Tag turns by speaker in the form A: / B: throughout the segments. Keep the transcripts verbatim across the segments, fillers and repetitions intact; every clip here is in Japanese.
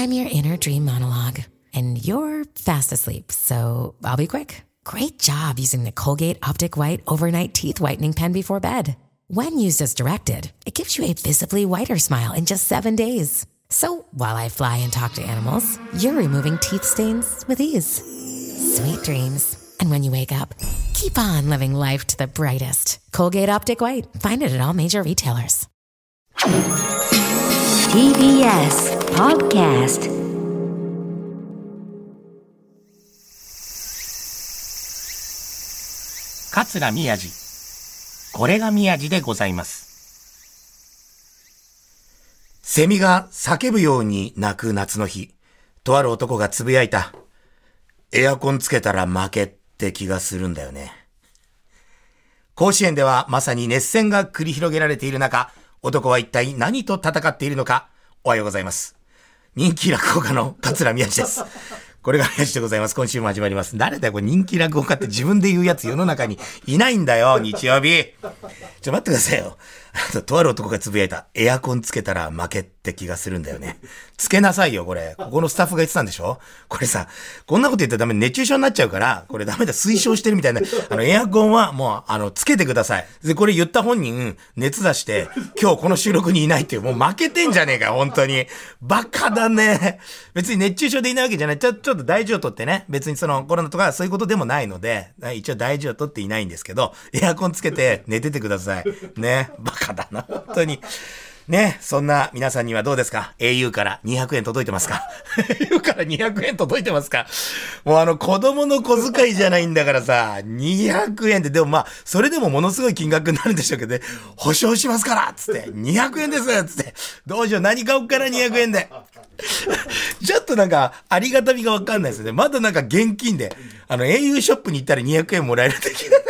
A: I'm your inner dream monologue, and you're fast asleep, so I'll be quick. Great job using the Colgate Optic White Overnight Teeth Whitening Pen before bed. When used as directed, it gives you a visibly whiter smile in just seven days. So while I fly and talk to animals, you're removing teeth stains with ease. Sweet dreams. And when you wake up, keep on living life to the brightest. Colgate Optic White. Find it at all major retailers.
B: ティービーエス Podcast。
C: 桂宮治。これが宮治でございます。セミが叫ぶように鳴く夏の日、とある男がつぶやいた。エアコンつけたら負けって気がするんだよね。甲子園ではまさに熱戦が繰り広げられている中、男は一体何と戦っているのか。おはようございます。人気落語家の桂宮治です。これが宮治でございます。今週も始まります。誰だよこれ、人気落語家って自分で言うやつ世の中にいないんだよ、日曜日。ちょ、待ってくださいよ。とある男がつぶやいた。エアコンつけたら負けって気がするんだよね。つけなさいよ、これ。ここのスタッフが言ってたんでしょ。これさ、こんなこと言ったらダメ、熱中症になっちゃうから、これダメだ、推奨してるみたいな。あの、エアコンはもう、あの、つけてください。で、これ言った本人、熱出して、今日この収録にいないっていう、もう負けてんじゃねえか、本当に。バカだね。別に熱中症でいないわけじゃない。ちょ、ちょっと大事をとってね。別にその、コロナとかそういうことでもないので、一応大事をとっていないんですけど、エアコンつけて寝ててください。ね。バカだな、本当に。ね、そんな皆さんにはどうですか？ エーユー からにひゃくえん届いてますか？ エーユー からにひゃくえん届いてますか？もうあの子供の小遣いじゃないんだからさ、にひゃくえんで、でもまあ、それでもものすごい金額になるんでしょうけどね、保証しますからつって、にひゃくえんですつって、どうしよう、何買おうからにひゃくえんで。ちょっとなんか、ありがたみがわかんないですよね。まだなんか現金で、あの エーユー ショップに行ったらにひゃくえんもらえる的なね。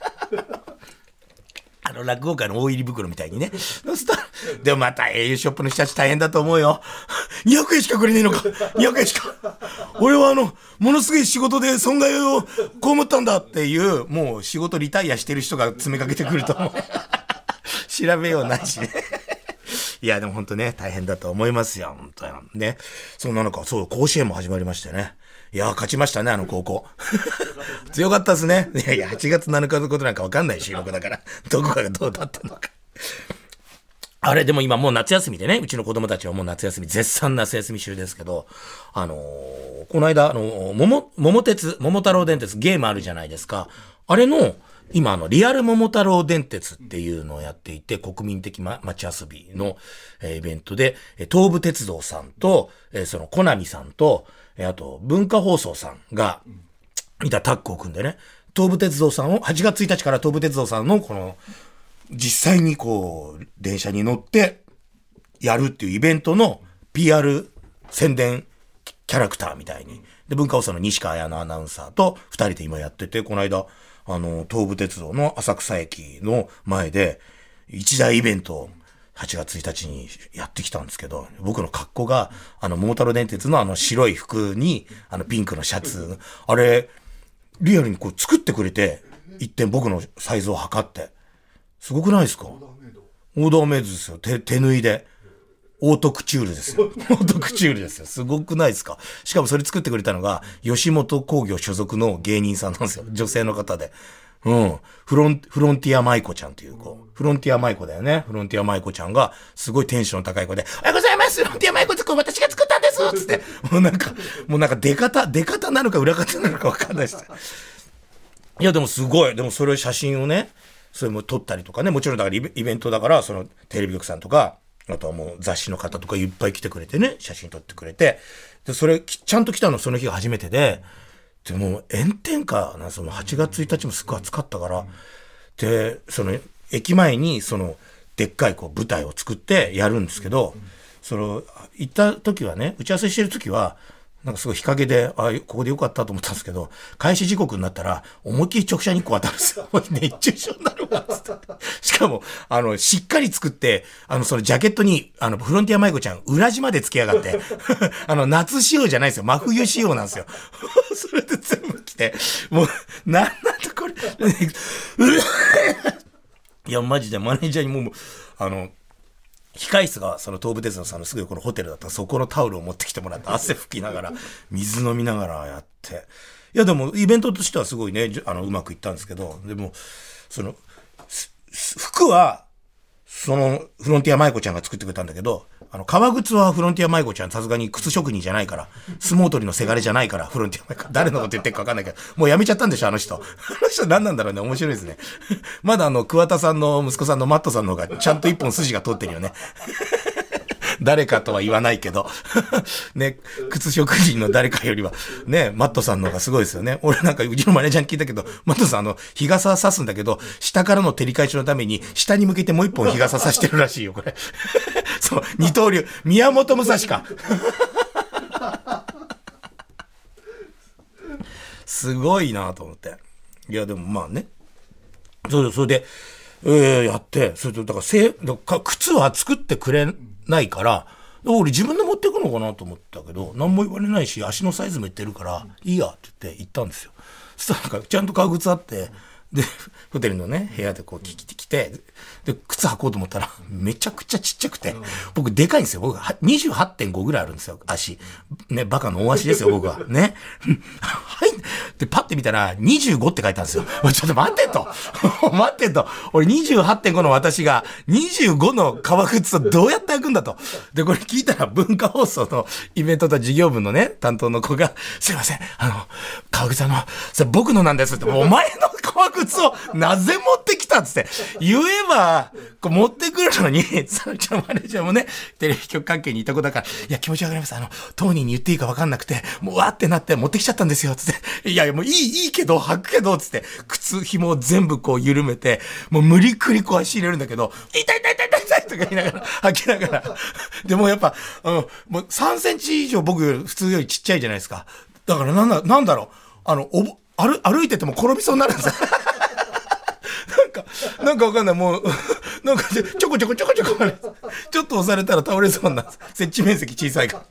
C: あの、落語界の大入り袋みたいにね。でもまた エーユー ショップの人たち大変だと思うよ。にひゃくえんしかくれねえのか。にひゃくえんしか。俺はあの、ものすごい仕事で損害を被ったんだっていう、もう仕事リタイアしてる人が詰めかけてくると思う。調べようないしね。いや、でも本当ね、大変だと思いますよ。本当ね。そんなのか、そう、甲子園も始まりましてね。いやー、勝ちましたね、あの高校。強かったですね。いやいや、はちがつなのかのことなんかわかんない収録だから、どこかがどうだったのか。あれ、でも今もう夏休みでね、うちの子供たちはもう夏休み、絶賛夏休み中ですけど、あのー、この間、あのー、桃、桃鉄、桃太郎電鉄、ゲームあるじゃないですか。あれの、今あの、リアル桃太郎電鉄っていうのをやっていて、国民的、ま、街遊びの、えー、イベントで、えー、東武鉄道さんと、えー、その、コナミさんと、えー、あと、文化放送さんが、いたタッグを組んでね、東武鉄道さんを、はちがつついたちから東武鉄道さんの、この、実際にこう、電車に乗って、やるっていうイベントの ピーアール 宣伝キャラクターみたいに。で、文化放送の西川彩乃アナウンサーと二人で今やってて、この間、あの、東武鉄道の浅草駅の前で、一大イベントをはちがつついたちにやってきたんですけど、僕の格好が、あの、桃太郎電鉄のあの白い服に、あのピンクのシャツ、あれ、リアルにこう作ってくれて、一点僕のサイズを測って。すごくないですか？オーダーメイドですよ。手、手縫いで。オートクチュールですよ。オートクチュールですよ。すごくないですか？しかもそれ作ってくれたのが、吉本興業所属の芸人さんなんですよ。女性の方で。うん。フロン、フロンティア舞子ちゃんっていう子。フロンティア舞子だよね。フロンティア舞子ちゃんが、すごいテンション高い子で、おはようございます！フロンティア舞子です！私が作ったんですつって。もうなんか、もうなんか出方、出方なのか裏方なのかわかんないです。いやでもすごい。でもそれ写真をね、それも撮ったりとかね、もちろんだからイベントだから、そのテレビ局さんとか、あとはもう雑誌の方とかいっぱい来てくれてね、写真撮ってくれて、で、それ、ちゃんと来たのその日が初めてで、でも炎天下な、そのはちがつついたちもすごい暑かったから、で、その、駅前にその、でっかいこう舞台を作ってやるんですけど、その、行った時はね、打ち合わせしてる時は、なんかすごい日陰で、あ、ここでよかったと思ったんですけど、開始時刻になったら、思いっきり直射日光当たるんですよ。熱中症になるわ、つって。しかも、あの、しっかり作って、あの、そのジャケットに、あの、フロンティア舞子ちゃん、裏地までつけやがって、あの、夏仕様じゃないですよ。真冬仕様なんですよ。それで全部着て、もう、なんなんだこれ。いや、マジでマネージャーにもう、あの、 控室がその東武鉄道さんのすぐ横のホテルだったら、そこのタオルを持ってきてもらって汗拭きながら水飲みながらやって、いやでもイベントとしてはすごいね、あのうまくいったんですけど、でもその服はそのフロンティア舞子ちゃんが作ってくれたんだけど、あの革靴はフロンティア舞子ちゃんさすがに靴職人じゃないから、相撲取りのせがれじゃないから、フロンティア舞子誰のこと言ってるか分かんないけど、もうやめちゃったんでしょあの人。あの人何なんだろうね、面白いですね。まだあの桑田さんの息子さんのマットさんの方がちゃんと一本筋が通ってるよね。誰かとは言わないけどね、靴職人の誰かよりはね、マットさんの方がすごいですよね。俺なんかうちのマネージャーに聞いたけど、マットさんあの日傘差すんだけど、下からの照り返しのために下に向けてもう一本日傘差してるらしいよこれ。そう、二刀流宮本武蔵か。すごいなと思って。いやでもまあね、それそれで、えー、やって、それとだからせだから靴は作ってくれないから、俺自分で持っていくのかなと思ったけど、何も言われないし、足のサイズも言ってるから、いいやって言って行ったんですよ。そしたらなんかちゃんと革靴あって、で、ホテルのね、部屋でこう来てきて、で、靴履こうと思ったら、めちゃくちゃちっちゃくて、僕でかいんですよ。僕、にじゅうはってんご ぐらいあるんですよ、足。ね、バカの大足ですよ、僕は。ね。はい。で、パッて見たら、にじゅうごって書いてあるんですよ。ちょっと待ってと。待ってと。俺にじゅうはってんごの私が、にじゅうごの革靴とどうやって履くんだと。で、これ聞いたら、文化放送のイベントと事業部のね、担当の子が、すいません、あの、革靴あの、それ僕のなんですって、お前の革靴をなぜ持ってきたっつって言えばこう持ってくるのに、そのちゃんマネージャーもねテレビ局関係にいた子だから、いや気持ちわかります、あの当人に言っていいかわかんなくてもうわーってなって持ってきちゃったんですよつって、いやもういいいいけど履くけどつって靴紐を全部こう緩めて、もう無理くりこう足入れるんだけど、痛い痛い痛い痛い痛いとか言いながら履きながら、でもやっぱあのもうさんセンチ以上僕普通よりちっちゃいじゃないですか。だからなんだなんだろう、あのおぼ歩, 歩いてても転びそうになるんですよ。なんか、なんかわかんない。もう、なんかちょこちょこちょこちょこ、ちょっと押されたら倒れそうな、設置面積小さいから。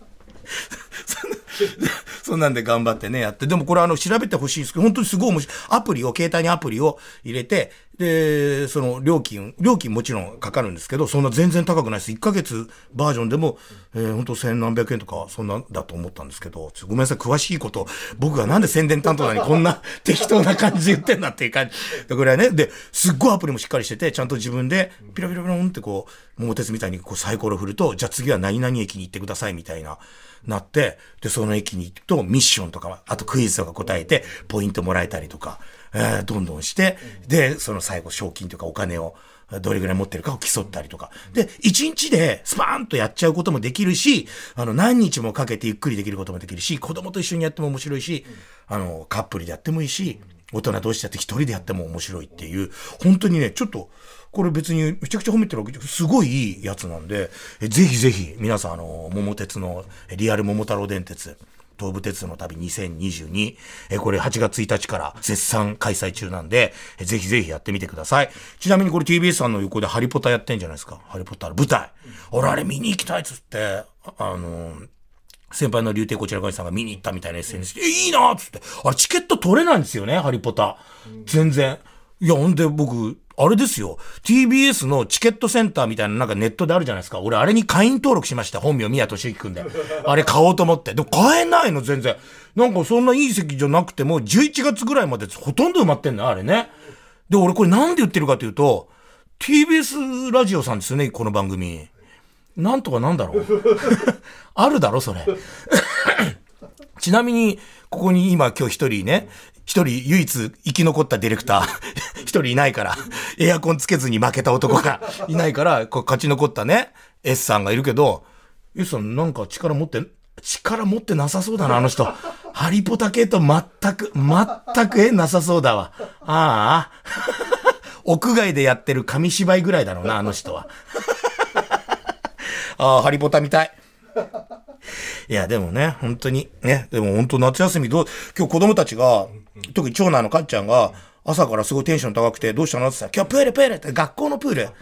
C: そんなんで頑張ってね、やって。でもこれあの、調べてほしいんですけど、本当にすごい面白い。アプリを、携帯にアプリを入れて、で、その料金、料金もちろんかかるんですけど、そんな全然高くないです。いっかげつバージョンでも、えー、本当千何百円とか、そんなんだと思ったんですけど、ごめんなさい、詳しいこと、僕がなんで宣伝担当なのにこんな適当な感じで言ってんだっていう感じ。だからね、で、すっごいアプリもしっかりしてて、ちゃんと自分で、ピロピロピロンってこう、桃鉄みたいにこうサイコロ振ると、じゃあ次は何々駅に行ってくださいみたいな、なって、で、その駅に行くとミッションとか、あとクイズとか答えて、ポイントもらえたりとか、えー、どんどんして、で、その最後賞金とかお金をどれぐらい持ってるかを競ったりとか。で、一日でスパーンとやっちゃうこともできるし、あの、何日もかけてゆっくりできることもできるし、子供と一緒にやっても面白いし、あの、カップルでやってもいいし、大人同士でやって一人でやっても面白いっていう、本当にね、ちょっと、これ別にめちゃくちゃ褒めてるわけですごいいいやつなんで、えぜひぜひ皆さんあの、桃鉄のリアル桃太郎電鉄、東武鉄道の旅にせんにじゅうに、えこれはちがつついたちから絶賛開催中なんで、えぜひぜひやってみてください。ちなみにこれ ティービーエス さんの横でハリポタやってんじゃないですか。ハリポタの舞台。俺あれ見に行きたいっつって、あの、先輩の竜亭こちらかいさんが見に行ったみたいな エスエヌエス で、え、いいなっつって。あれチケット取れないんですよね、ハリポタ。全然。いや、ほんで僕、あれですよ。ティービーエス のチケットセンターみたいななんかネットであるじゃないですか。俺あれに会員登録しました。本名宮俊之くんで。あれ買おうと思って。でも買えないの全然。なんかそんないい席じゃなくてもじゅういちがつぐらいまでほとんど埋まってんのあれね。で、俺これなんで言ってるかというと、ティービーエス ラジオさんですよね、この番組。なんとかなんだろう。あるだろ、それ。ちなみに、ここに今今日一人ね、一人唯一生き残ったディレクター、一人いないから、エアコンつけずに負けた男がいないから、こう勝ち残ったね、S さんがいるけど、S さんなんか力持って、力持ってなさそうだな、あの人。ハリポタ系と全く、全くえなさそうだわ。ああ。屋外でやってる紙芝居ぐらいだろうな、あの人は。ああ、ハリポタみたい。いや、でもね、本当に、ね、でも本当夏休みどう、今日子供たちが、特に長男のかっちゃんが、朝からすごいテンション高くて、どうしたのって言ったら、今日プールプールって学校のプール。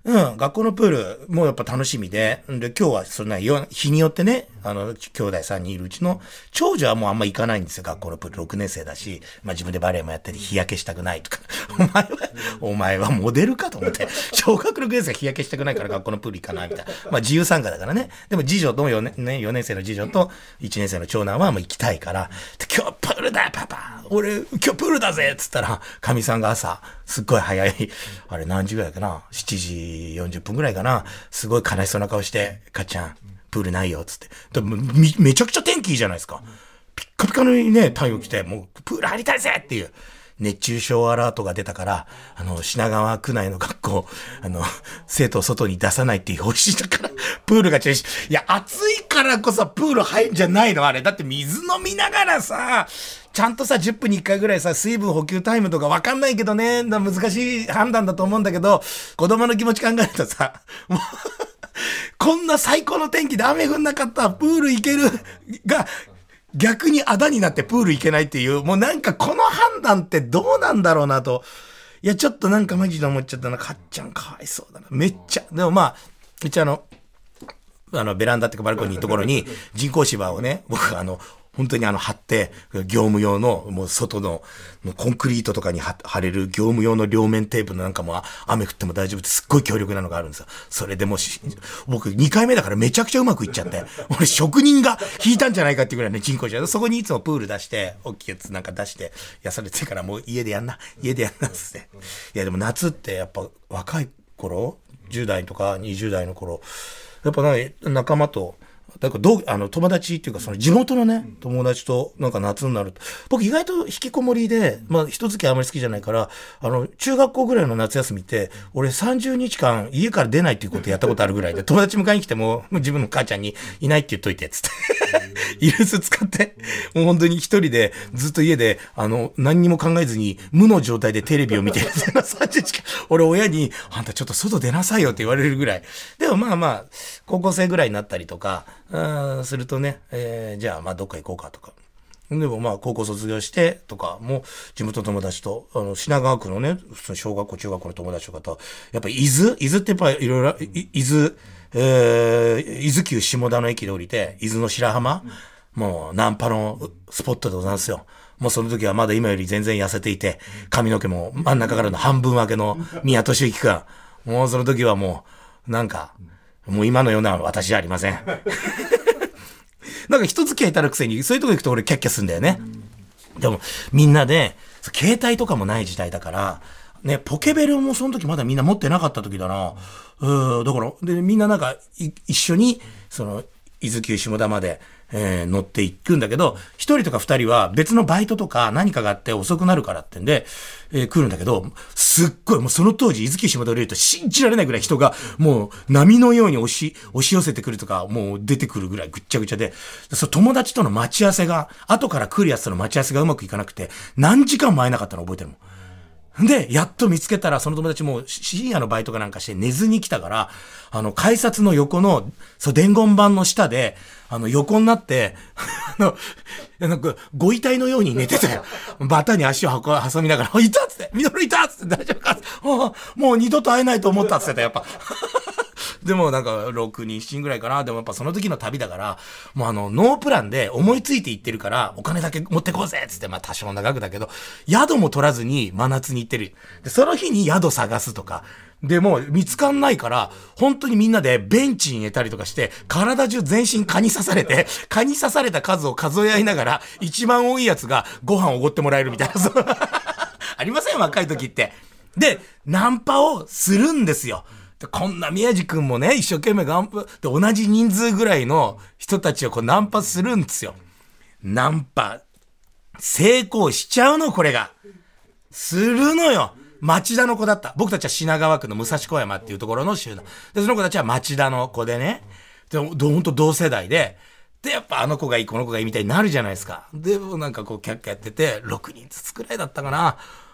C: うん、学校のプールもやっぱ楽しみで、で、今日はそんなよ、日によってね、あの、兄弟さんにんいるうちの、長女はもうあんま行かないんですよ、学校のプール。ろくねん生だし、まあ自分でバレエもやってて日焼けしたくないとか。お前は、お前はモデルかと思って、小学ろくねん生は日焼けしたくないから学校のプール行かないみたいな。まあ自由参加だからね。でも次女とよねん、ね、よねん生の次女といちねん生の長男はもう行きたいから、今日プールだよ、パパ俺、今日プールだぜっつったら、かみさんが朝、すっごい早い、あれ何時ぐらいかな ?しちじよんじゅっぷんぐらいかな、すごい悲しそうな顔して、かっちゃん、プールないよ、つって。でもめ、めちゃくちゃ天気いいじゃないですか。ピッカピカのね、太陽来て、もう、プール入りたいぜっていう。熱中症アラートが出たから、あの、品川区内の学校、あの、生徒を外に出さないっていう方針だから、プールが中止。いや、暑いからこそプール入んじゃないのあれ。だって水飲みながらさ、ちゃんとさ、じゅっぷんにいっかいぐらいさ、水分補給タイムとかわかんないけどね、難しい判断だと思うんだけど、子供の気持ち考えるとさ、もうこんな最高の天気で雨降んなかったらプール行けるが、逆にあだになってプール行けないっていう、もうなんかこの判断ってどうなんだろうなと。いや、ちょっとなんかマジで思っちゃったな。かっちゃんかわいそうだな。めっちゃ。でもまあ、うちあの、あの、ベランダっていうかバルコニーのところに人工芝をね、僕あの、本当にあの、貼って、業務用の、もう外の、コンクリートとかに貼れる業務用の両面テープのなんかも、雨降っても大丈夫ってすっごい強力なのがあるんですよ。それでもし、僕にかいめだからめちゃくちゃうまくいっちゃって、俺職人が引いたんじゃないかっていうぐらいね、人工芝。そこにいつもプール出して、大きいやつなんか出して、やされてからもう家でやんな、家でやんなっつって。いやでも夏ってやっぱ若い頃、じゅう代とかにじゅう代の頃、やっぱなんか仲間と、だからどう、あの、友達っていうか、その地元のね、友達となんか夏になると、僕意外と引きこもりで、まあ人付き合いあまり好きじゃないから、あの、中学校ぐらいの夏休みって、俺さんじゅうにちかん家から出ないっていうことやったことあるぐらいで、友達迎えに来ても、自分の母ちゃんにいないって言っといて、つって。イルス使って、もう本当に一人で、ずっと家で、あの、何にも考えずに、無の状態でテレビを見てる。さんじゅうにちかん、俺親に、あんたちょっと外出なさいよって言われるぐらい。でもまあまあ、高校生ぐらいになったりとか、あするとね、えー、じゃあまあどっか行こうかとか。でもまあ高校卒業してとかも地元友達と、あの品川区のね、小学校中学校の友達とかと、やっぱ伊豆伊豆ってやっぱいろいろ、伊豆、えー、伊豆急下田の駅で降りて、伊豆の白浜、うん、もうナンパのスポットでございますよ。もうその時はまだ今より全然痩せていて、髪の毛も真ん中からの半分分けの宮俊之くん。もうその時はもう、なんか、もう今のような私じゃありません。なんか人付き合いたるくせに、そういうとこ行くと俺キャッキャすんだよね。でも、みんなで、携帯とかもない時代だから、ね、ポケベルもその時まだみんな持ってなかった時だな。うん、だから、で、みんななんか、一緒に、その、伊豆急下田まで、えー、乗っていくんだけど、一人とか二人は別のバイトとか何かがあって遅くなるからってんで、えー、来るんだけど、すっごい、もうその当時、伊豆急下田降りると信じられないぐらい人が、もう波のように押し、押し寄せてくるとか、もう出てくるぐらいぐっちゃぐちゃで、その友達との待ち合わせが、後から来るやつとの待ち合わせがうまくいかなくて、何時間も会えなかったの覚えてるもん。で、やっと見つけたら、その友達も深夜のバイトかなんかして寝ずに来たから、あの、改札の横の、そう、伝言板の下で、あの、横になって、あの、なんか、ご遺体のように寝てたよ。バタに足を挟みながら、いたっつって、ミノルいたっつって、大丈夫かっつって、もう二度と会えないと思ったっつってた、やっぱ。でもなんか、ろくにん、しちにんぐらいかな。でもやっぱその時の旅だから、もうあの、ノープランで思いついて行ってるから、お金だけ持ってこうぜっつって、まあ多少な額だけど、宿も取らずに真夏に行ってる。で、その日に宿探すとか、でも見つかんないから、本当にみんなでベンチに寝たりとかして、体中全身蚊に刺されて、蚊に刺された数を数え合いながら、一番多いやつがご飯をおごってもらえるみたいな。ありません若い時って。で、ナンパをするんですよ。でこんな宮地くんもね、一生懸命頑張って、同じ人数ぐらいの人たちをこうナンパするんですよ。ナンパ、成功しちゃうの、これが。するのよ。町田の子だった。僕たちは品川区の武蔵小山っていうところの集団。で、その子たちは町田の子でね。で、ほんと同世代で。で、やっぱあの子がいい、この子がいいみたいになるじゃないですか。で、なんかこう、キャッキャやってて、ろくにんずつくらいだったかな。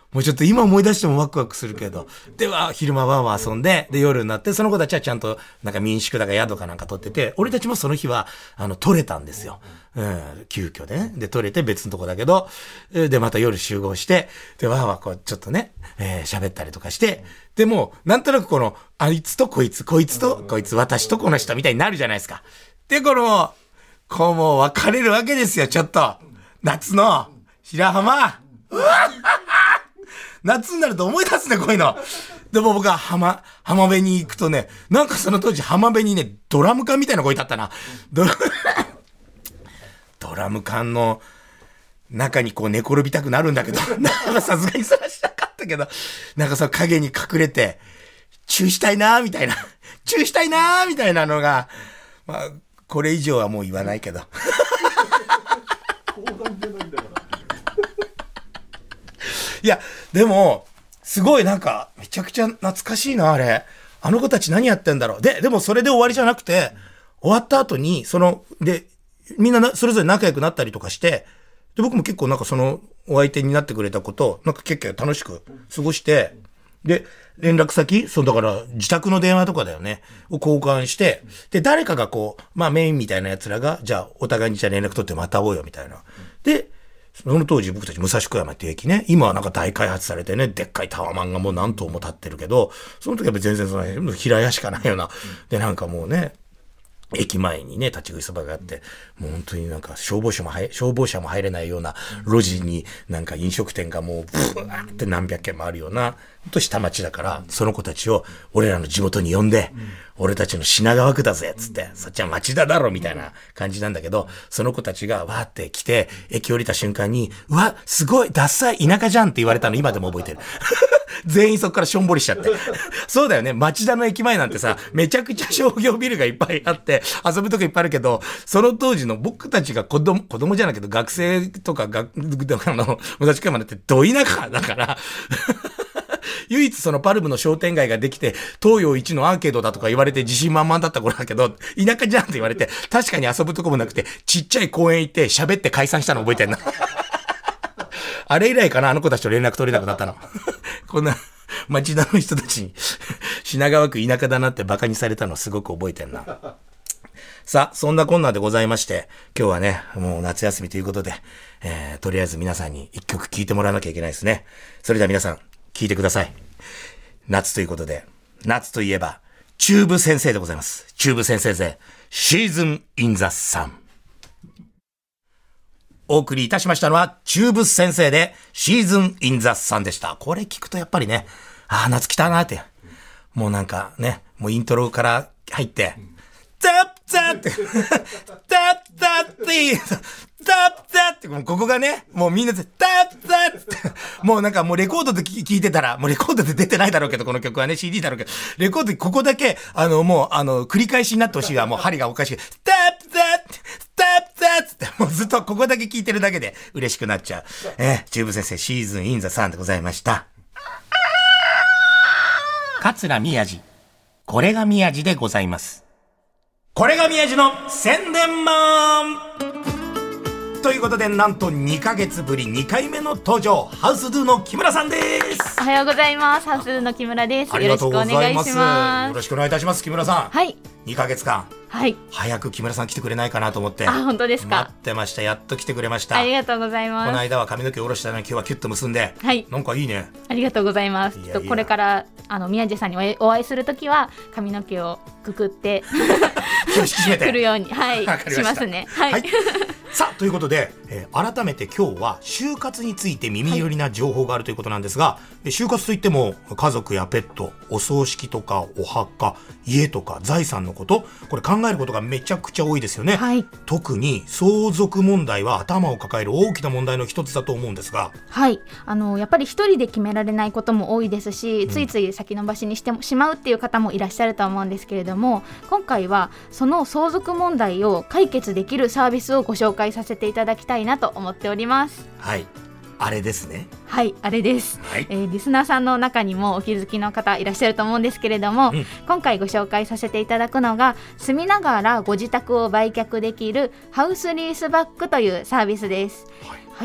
C: もうちょっと今思い出してもワクワクするけど。では、昼間ワンワン遊んで、で、夜になって、その子たちはちゃんと、なんか民宿だか宿かなんか取ってて、俺たちもその日は、あの、取れたんですよ。うん、急遽でね。で、取れて別のとこだけど、で、また夜集合して、で、わーわーこう、ちょっとね、えー、喋ったりとかして、でも、なんとなくこの、あいつとこいつ、こいつとこいつ、私とこの人みたいになるじゃないですか。で、この、こうもう別れるわけですよ、ちょっと。夏の、白浜。夏になると思い出すね、こういうの。でも僕は浜、浜辺に行くとね、なんかその当時浜辺にね、ドラム缶みたいな声だったな。ドラ、ドラム缶の中にこう寝転びたくなるんだけど、なんかさすがにそれはしなかったけど、なんかその影に隠れて、チューしたいなーみたいな、チューしたいなーみたいなのが、まあ、これ以上はもう言わないけど。いや、でも、すごいなんか、めちゃくちゃ懐かしいな、あれ。あの子たち何やってんだろう。で、でもそれで終わりじゃなくて、終わった後に、その、で、みんなそれぞれ仲良くなったりとかして、で、僕も結構なんかその、お相手になってくれたこと、なんか結構楽しく過ごして、で、連絡先そう、だから自宅の電話とかだよね。を交換して、で、誰かがこう、まあメインみたいな奴らが、じゃあお互いにじゃあ連絡取ってまた会おうよみたいな。で、その当時僕たち武蔵小山って駅ね、今はなんか大開発されてね、でっかいタワマンがもう何棟も建ってるけど、その時は全然その平屋しかないような。で、なんかもうね、駅前にね、立ち食いそばがあって、もう本当になんか消防車も入、消防車も入れないような路地になんか飲食店がもうブワーって何百軒もあるような、本当下町だから、その子たちを俺らの地元に呼んで、俺たちの品川区だぜっつって、そっちは町田だろみたいな感じなんだけど、その子たちがわーって来て、駅降りた瞬間に、うわ、すごい、ダッサい田舎じゃんって言われたの今でも覚えてる。全員そっからしょんぼりしちゃって。そうだよね。町田の駅前なんてさ、めちゃくちゃ商業ビルがいっぱいあって、遊ぶとこいっぱいあるけど、その当時の僕たちが子供、子供じゃないけど、学生とか学、あの、昔からまでってど田舎だから、唯一そのパルムの商店街ができて、東洋一のアーケードだとか言われて自信満々だった頃だけど、田舎じゃんって言われて、確かに遊ぶとこもなくて、ちっちゃい公園行って喋って解散したの覚えてんな。あれ以来かな、あの子たちと連絡取れなくなったの。こんな、町田の人たちに、品川区田舎だなってバカにされたのすごく覚えてんな。さあ、そんなこんなでございまして、今日はね、もう夏休みということで、えー、とりあえず皆さんに一曲聴いてもらわなきゃいけないですね。それでは皆さん、聴いてください。夏ということで、夏といえば、チューブ先生でございます。チューブ先生で、シーズンインザサン。お送りいたしましたのは、チューブ先生で、シーズンインザサンでした。これ聞くとやっぱりね、ああ、夏来たなって。もうなんかね、もうイントロから入って、ザッザッって、ザッザッって、ザッザッって、もうここがね、もうみんなで、ザッザッって、もうなんかもうレコードで聞いてたら、もうレコードで出てないだろうけど、この曲はね、シーディー だろうけど、レコードでここだけ、あの、もう、あの、繰り返しになってほしいわ、もう針がおかしい。ザッザッザッザッつって、もうずっとここだけ聞いてるだけで嬉しくなっちゃう。えー、チューブ先生、シーズンインザサンでございました。桂宮治。これが宮治でございます。これが宮治の宣伝マンということで、なんとにかげつぶりにかいめの登場、ハウスドゥの木村さんです。
D: おはようございます。ハウスドゥの木村です。よろしくお願いします。
C: よろしくお願いいたします。木村さん。
D: はい。
C: にかげつかん。
D: はい。
C: 早く木村さん来てくれないかなと思って。
D: あ、本当ですか。
C: 待ってました。やっと来てくれました。
D: ありがとうございます。
C: この間は髪の毛下ろしたのに今日はキュッと結んで。はい。なんかいいね。
D: ありがとうございます。いやいや、これからあの宮治さんにお会いするときは髪の毛をくくって
C: 気を引き締めて
D: くるように、はい、し, しますね。はい。はい、
C: さあということで、えー、改めて今日は就活について耳寄りな情報があるということなんですが、はい、就活といっても家族やペット、お葬式とかお墓、家とか財産のこと、これ考えることがめちゃくちゃ多いですよね。はい、特に相続問題は頭を抱える大きな問題の一つだと思うんですが、
D: はい、あのやっぱり一人で決められないことも多いですし、うん、ついつい先延ばしにしてしまうっていう方もいらっしゃると思うんですけれども、今回はその相続問題を解決できるサービスをご紹介させていただきたいなと思っております。
C: はい、あれですね。
D: はい、あれです、はい。えー、リスナーさんの中にもお気づきの方いらっしゃると思うんですけれども、うん、今回ご紹介させていただくのが、住みながらご自宅を売却できるハウスリースバックというサービスです。はいはい、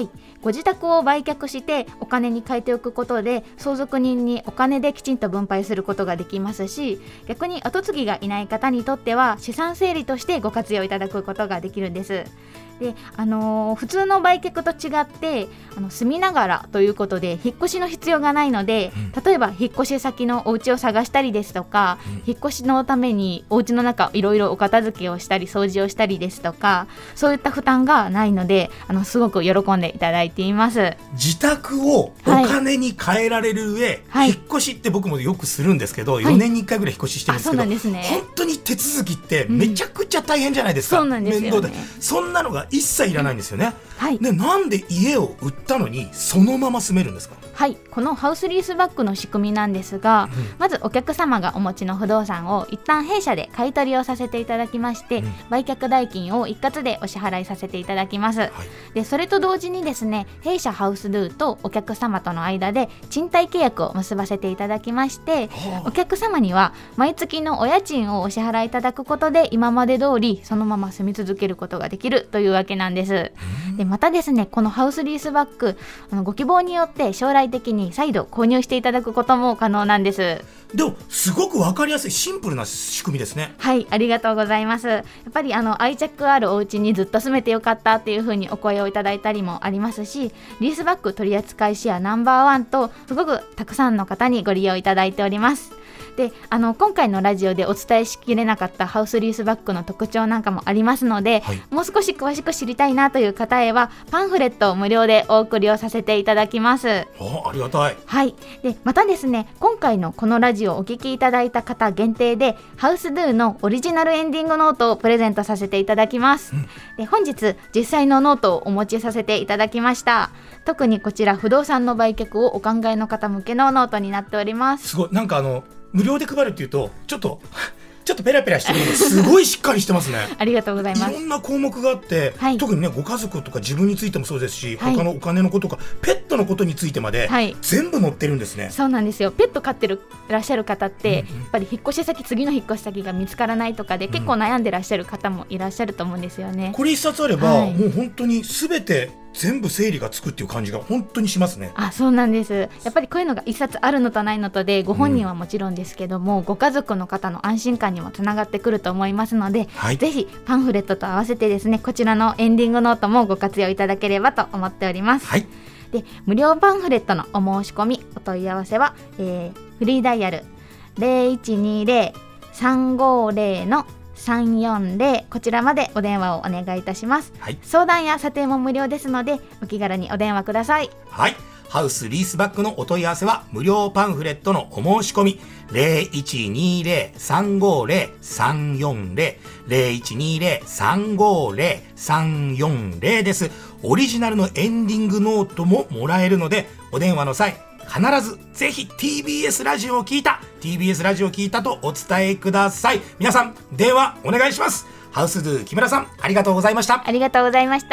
D: ご自宅を売却してお金に変えておくことで相続人にお金できちんと分配することができますし、逆に後継ぎがいない方にとっては資産整理としてご活用いただくことができるんです。であのー、普通の売却と違ってあの住みながらということで引っ越しの必要がないので、うん、例えば引っ越し先のお家を探したりですとか、うん、引っ越しのためにお家の中いろいろお片付けをしたり掃除をしたりですとか、そういった負担がないのであのすごく喜んでいただいています。
C: 自宅をお金に変えられる上、はい、引っ越しって僕もよくするんですけど、はい、よねんにいっかいぐらい引っ越ししてるんですけど、
D: あ、そうなんですね、
C: 本当に手続きってめちゃくちゃ大変じゃないですか、
D: うん、そうなんですよね。
C: 面倒でそんなのが一切いらないんですよね、うんはい、でなんで家を売ったのにそのまま住めるんですか？
D: はい、このハウスリースバックの仕組みなんですが、うん、まずお客様がお持ちの不動産を一旦弊社で買い取りをさせていただきまして、うん、売却代金を一括でお支払いさせていただきます、はい、でそれと同時にですね、弊社ハウスドゥとお客様との間で賃貸契約を結ばせていただきまして、はあ、お客様には毎月のお家賃をお支払いいただくことで今まで通りそのまま住み続けることができるというわけなんです、うん、でまたですね、このハウスリースバックあのご希望によって将来的に再度購入していただくことも可能なんです。
C: でもすごく分かりやすいシンプルな仕組みですね。
D: はい、ありがとうございます。やっぱりあの愛着あるお家にずっと住めてよかったっていう風にお声をいただいたりもありますし、リースバック取扱シェアナンバーワンとすごくたくさんの方にご利用いただいております。であの今回のラジオでお伝えしきれなかったハウスリースバックの特徴なんかもありますので、はい、もう少し詳しく知りたいなという方へはパンフレットを無料でお送りをさせていただきます。
C: あ、ありがたい。
D: はい、でまたですね、今回のこのラジオをお聞きいただいた方限定でハウスドゥのオリジナルエンディングノートをプレゼントさせていただきます、うん、で本日実際のノートをお持ちさせていただきました。特にこちら不動産の売却をお考えの方向けのノートになっております。
C: すごい、なんかあの無料で配るっていうとちょっとちょっとペラペラしてるのですごいしっかりしてますね
D: ありがとうございます。
C: いろんな項目があって、はい、特にねご家族とか自分についてもそうですし、はい、他のお金のこととかペットのことについてまで、はい、全部載ってるんですね。
D: そうなんですよ。ペット飼ってるいらっしゃる方って、うんうん、やっぱり引っ越し先次の引っ越し先が見つからないとかで、うん、結構悩んでらっしゃる方もいらっしゃると思うんですよね。
C: これ一冊あれば、はい、もう本当に全て全部整理がつくっていう感じが本当にしますね。
D: あ、そうなんです。やっぱりこういうのが一冊あるのとないのとでご本人はもちろんですけども、うん、ご家族の方の安心感にもつながってくると思いますので、はい、ぜひパンフレットと合わせてですね、こちらのエンディングノートもご活用いただければと思っております、はい、で無料パンフレットのお申し込みお問い合わせは、えー、フリーダイヤル ゼロいちにゼロ さんごゼロ のさんよんゼロ こちらまでお電話をお願いいたします、はい、相談や査定も無料ですのでお気軽にお電話ください。
C: はい、ハウスリースバックのお問い合わせは無料パンフレットのお申し込み ゼロいちにゼロ さんごゼロ さんよんゼロ ゼロいちにゼロ さんごゼロ さんよんゼロ です。オリジナルのエンディングノートももらえるので、お電話の際必ずぜひ ティービーエス ラジオを聞いた ティービーエス ラジオを聞いたとお伝えください。皆さん電話お願いします。ハウスドゥ木村さん、ありがとうございました。
D: ありがとうございました。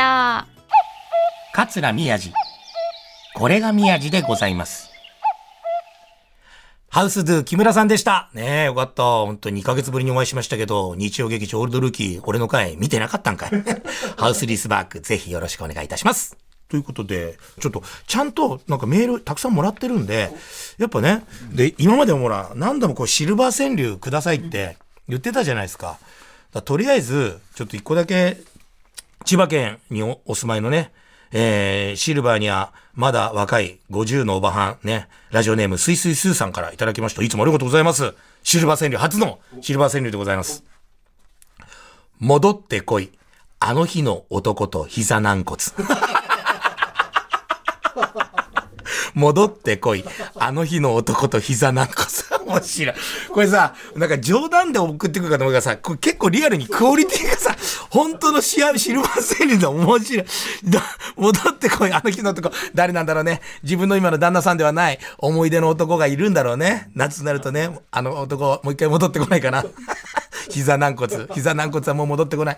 C: 桂宮治、これが宮治でございます。ハウスドゥ木村さんでしたね。えよかった。本当ににかげつぶりにお会いしましたけど、日曜劇場オールドルーキー俺の回見てなかったんかいハウスリースバックぜひよろしくお願いいたします。ということで、ちょっとちゃんとなんかメールたくさんもらってるんで、やっぱね、で今までもほら何度もこうシルバー川柳くださいって言ってたじゃないですか。だとりあえずちょっと一個だけ千葉県に お, お住まいのね、えー、シルバーにはまだ若いごじゅうのおばはんね、ラジオネームすいすいすーさんからいただきました。いつもありがとうございます。シルバー川柳初のシルバー川柳でございます。戻ってこい、あの日の男と膝軟骨戻ってこい、あの日の男と膝軟骨面白い。これさ、なんか冗談で送ってくるかと思うからさ、これ結構リアルにクオリティがさ、本当のシルバー川柳で面白い。戻ってこい、あの日の男、誰なんだろうね。自分の今の旦那さんではない思い出の男がいるんだろうね。夏になるとね、あの男もう一回戻ってこないかな。膝軟骨、膝軟骨はもう戻ってこない。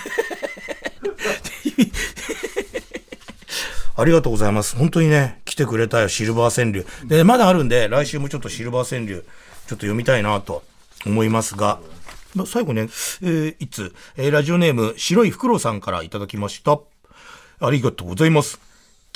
C: ありがとうございます。本当にね、来てくれたよ、シルバー川柳。で、まだあるんで、来週もちょっとシルバー川柳、ちょっと読みたいなと思いますが、最後ね、えー、いつ、えー、ラジオネーム、白いフクロウさんからいただきました。ありがとうございます。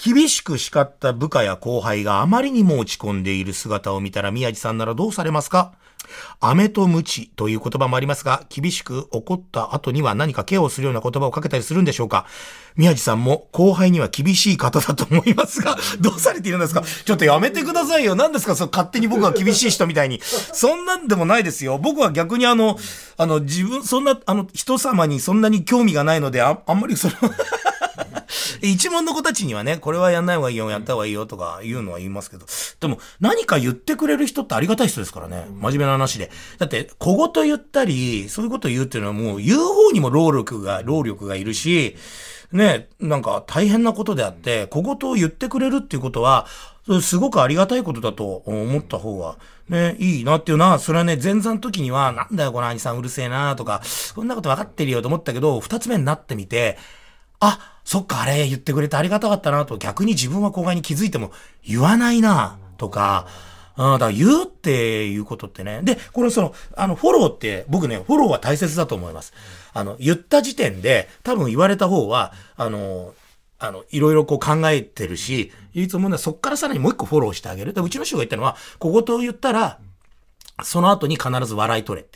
C: 厳しく叱った部下や後輩があまりにも落ち込んでいる姿を見たら宮地さんならどうされますか？飴と鞭という言葉もありますが、厳しく怒った後には何かケアをするような言葉をかけたりするんでしょうか？宮地さんも後輩には厳しい方だと思いますが、どうされているんですか？ちょっとやめてくださいよ。何ですか、そう勝手に僕は厳しい人みたいに。そんなんでもないですよ。僕は逆にあの、あの自分、そんな、あの人様にそんなに興味がないので、あ, あんまりその、一門の子たちにはね、これはやんない方がいいよ、やった方がいいよとか言うのは言いますけど、でも何か言ってくれる人ってありがたい人ですからね。真面目な話で。だって小言言ったり、そういうこと言うっていうのはもう言う方にも労力が、労力がいるし、ね、なんか大変なことであって、小言を言ってくれるっていうことは、すごくありがたいことだと思った方が、ね、いいなっていうのは、それはね、前座の時には、なんだよこの兄さんうるせえなとか、そんなこと分かってるよと思ったけど、二つ目になってみて、あ、そっか、あれ言ってくれてありがたかったなと、逆に自分は後輩に気づいても言わないなとか、うん、だから言うっていうことってね。で、これその、あの、フォローって、僕ね、フォローは大切だと思います。あの、言った時点で、多分言われた方は、あの、あの、いろいろこう考えてるし、唯一思うのはそっからさらにもう一個フォローしてあげる。で、うちの師匠が言ったのは、小言を言ったら、その後に必ず笑い取れって。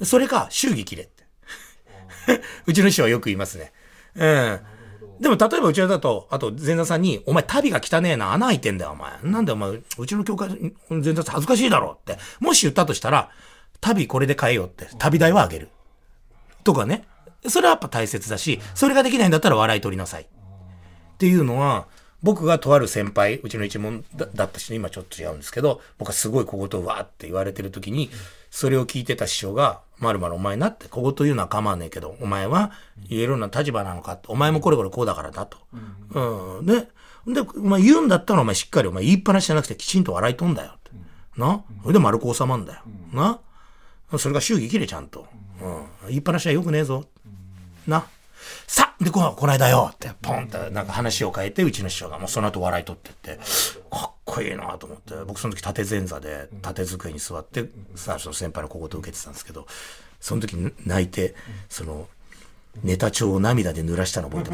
C: それか、祝儀切れって。うちの師匠はよく言いますね。うん。でも例えばうちだと、あと前座さんに、お前旅が汚ねえな、穴開いてんだよお前。なんでお前、うちの教会、前座さん恥ずかしいだろって。もし言ったとしたら、旅これで買えよって。旅代はあげる。とかね。それはやっぱ大切だし、それができないんだったら笑い取りなさい。っていうのは、僕がとある先輩、うちの一門 だ, だった人に今ちょっと違うんですけど、僕はすごい小言をわーって言われてる時に、それを聞いてた師匠が、まるまるお前なって小言言うのは構わねえけど、お前は言えるような立場なのかって、お前もこれこれこうだからだと。うん。うん、で、で、お前言うんだったらお前しっかりお前言いっぱなしじゃなくてきちんと笑い取んだよって。な？それで丸く収まんだよ。な？それが祝儀切れちゃんと。うん。言いっぱなしはよくねえぞ。な？さあで、この、この間よって、ポンってなんか話を変えて、うちの師匠がもうその後笑い取ってって、かっこいいなと思って、僕その時縦前座で、縦机に座って、さあその先輩の小言を受けてたんですけど、その時泣いて、その、ネタ帳を涙で濡らしたの覚えてます。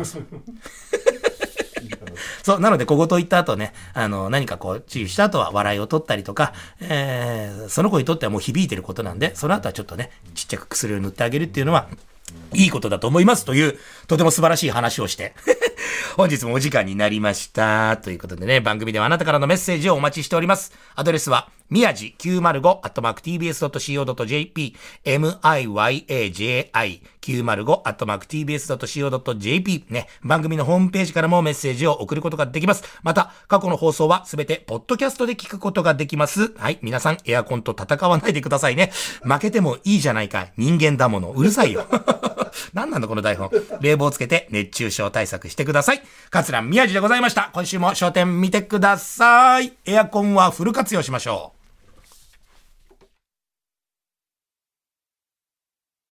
C: そう、なので小言言った後ね、あの、何かこう、注意した後は笑いを取ったりとか、えー、その子にとってはもう響いてることなんで、その後はちょっとね、ちっちゃく薬を塗ってあげるっていうのは、いいことだと思いますという、とても素晴らしい話をして、本日もお時間になりました。ということでね、番組ではあなたからのメッセージをお待ちしております。アドレスは、みやじきゅうまるごアットマークティービーエスドットシーオードットジェーピー、ミヤジきゅうまるごアットマークティービーエスドットシーオードットジェーピー ね、番組のホームページからもメッセージを送ることができます。また、過去の放送はすべてポッドキャストで聞くことができます。はい、皆さんエアコンと戦わないでくださいね。負けてもいいじゃないか。人間だもの。うるさいよ。何なんだこの台本。冷房つけて熱中症対策してください。桂宮治でございました。今週も笑点見てください。エアコンはフル活用しましょう。